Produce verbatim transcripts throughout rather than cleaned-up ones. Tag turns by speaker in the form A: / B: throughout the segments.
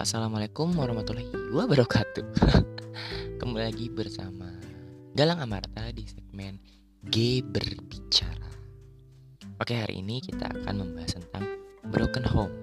A: Assalamualaikum warahmatullahi wabarakatuh. Kembali lagi bersama Galang Amarta di segmen G Berbicara. Oke, hari ini kita akan membahas tentang broken home.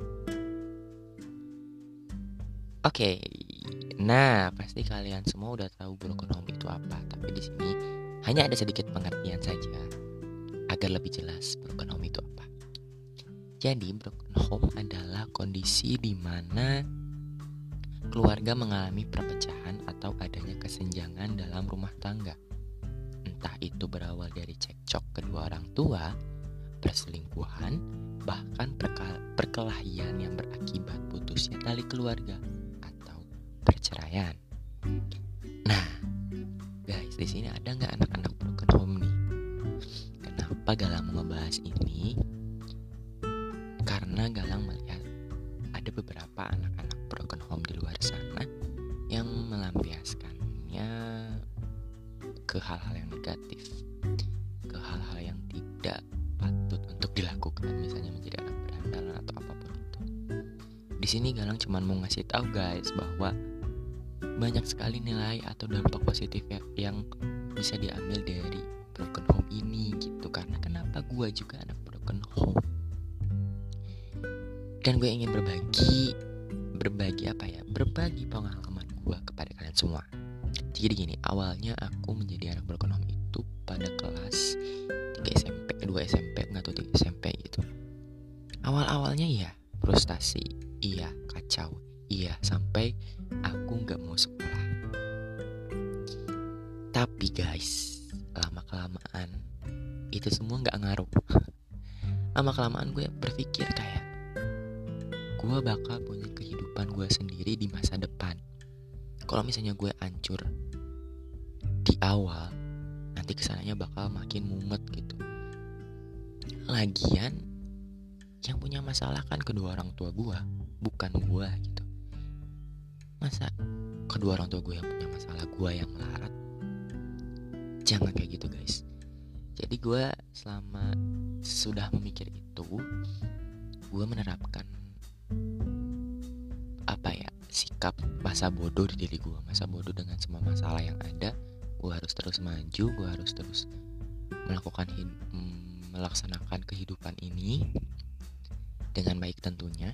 A: Oke, nah pasti kalian semua udah tahu broken home itu apa. Tapi di sini hanya ada sedikit pengertian saja agar lebih jelas broken home itu apa. Jadi broken home adalah kondisi di mana keluarga mengalami perpecahan atau adanya kesenjangan dalam rumah tangga. Entah itu berawal dari cekcok kedua orang tua, perselingkuhan, bahkan perka- perkelahian yang berakibat putusnya tali keluarga atau perceraian. Nah, guys, di sini ada nggak anak-anak broken home nih? Kenapa Galang mau ngebahas ini? Karena Galang melihat ada beberapa anak-anak broken home di luar sana yang melampiaskannya ke hal-hal yang negatif, ke hal-hal yang tidak patut untuk dilakukan, misalnya menjadi anak berandalan atau apapun itu. Di sini Galang cuma mau ngasih tahu guys bahwa banyak sekali nilai atau dampak positif ya, yang bisa diambil dari broken home ini gitu. Karena kenapa gue juga anak broken home? Dan gue ingin berbagi Berbagi apa ya Berbagi pengalaman gue kepada kalian semua. Jadi gini, awalnya aku menjadi anak broken home itu pada kelas tiga S M P, dua S M P, gak tahu tiga S M P gitu. Awal-awalnya iya frustasi, iya kacau, iya sampai aku gak mau sekolah. Tapi guys, lama-kelamaan itu semua gak ngaruh. Lama-kelamaan gue berpikir kayak gue bakal punya kehidupan gue sendiri di masa depan. Kalau misalnya gue hancur di awal, nanti kesananya bakal makin mumet gitu. Lagian yang punya masalah kan kedua orang tua gue, bukan gue gitu. Masa kedua orang tua gue yang punya masalah, gue yang melarat? Jangan kayak gitu guys. Jadi gue selama sudah memikir itu, gue menerapkan apa ya sikap masa bodoh di diri gue. Masa bodoh dengan semua masalah yang ada. Gue harus terus maju, gue harus terus melakukan hid- melaksanakan kehidupan ini dengan baik tentunya.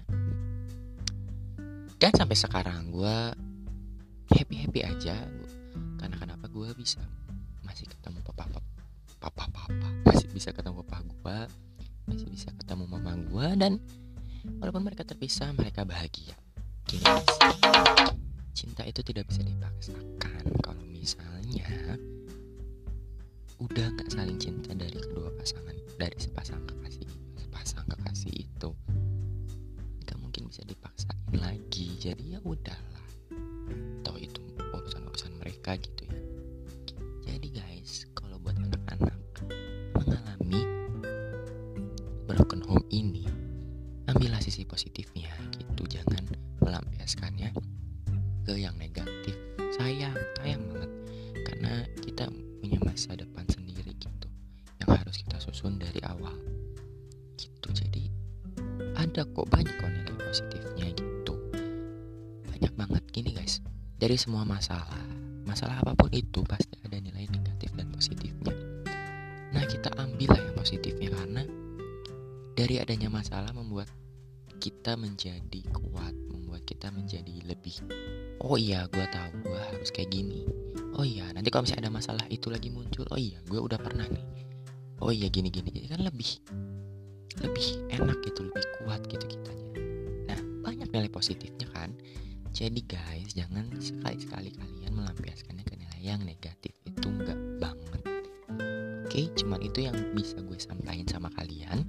A: Dan sampai sekarang gue happy-happy aja. Karena kenapa gue bisa masih ketemu papa papa papa masih bisa ketemu papa gue, masih bisa ketemu mama gue, dan walaupun mereka terpisah, mereka bahagia. Gini guys, cinta itu tidak bisa dipaksakan. Kalau misalnya udah gak saling cinta dari kedua pasangan, dari sepasang kekasih sepasang kekasih itu gak mungkin bisa dipaksain lagi. Jadi ya udahlah, toh itu urusan-urusan mereka gitu ya. Jadi guys, kalau buat anak-anak mengalami broken home ini, ambillah sisi positifnya gitu, jangan melampiaskannya ke yang negatif. Sayang, sayang banget, karena kita punya masa depan sendiri gitu, yang harus kita susun dari awal gitu. Jadi ada kok banyak kok nilai positifnya gitu, banyak banget. Gini guys, dari semua masalah, masalah apapun itu pasti ada nilai negatif dan positifnya. Nah, kita ambillah yang positifnya, karena dari adanya masalah membuat kita menjadi kuat, membuat kita menjadi lebih, oh iya gue tahu gue harus kayak gini. Oh iya, nanti kalau misalnya ada masalah itu lagi muncul, oh iya gue udah pernah nih. Oh iya gini-gini, jadi kan lebih lebih enak gitu, lebih kuat gitu kitanya. Nah, banyak nilai positifnya kan. Jadi guys, jangan sekali-sekali kalian melampiaskannya ke nilai yang negatif. Itu enggak banget. Oke, cuman itu yang bisa gue sampaikan sama kalian.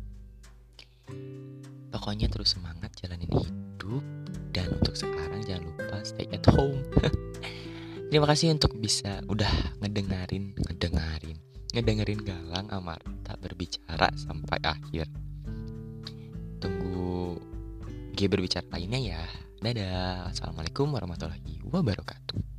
A: Pokoknya terus semangat jalanin hidup. Dan untuk sekarang jangan lupa stay at home. Terima kasih untuk bisa udah ngedengerin Ngedengerin Ngedengerin Galang Amarta berbicara sampai akhir. Tunggu G Berbicara lainnya ya. Dadah. Assalamualaikum warahmatullahi wabarakatuh.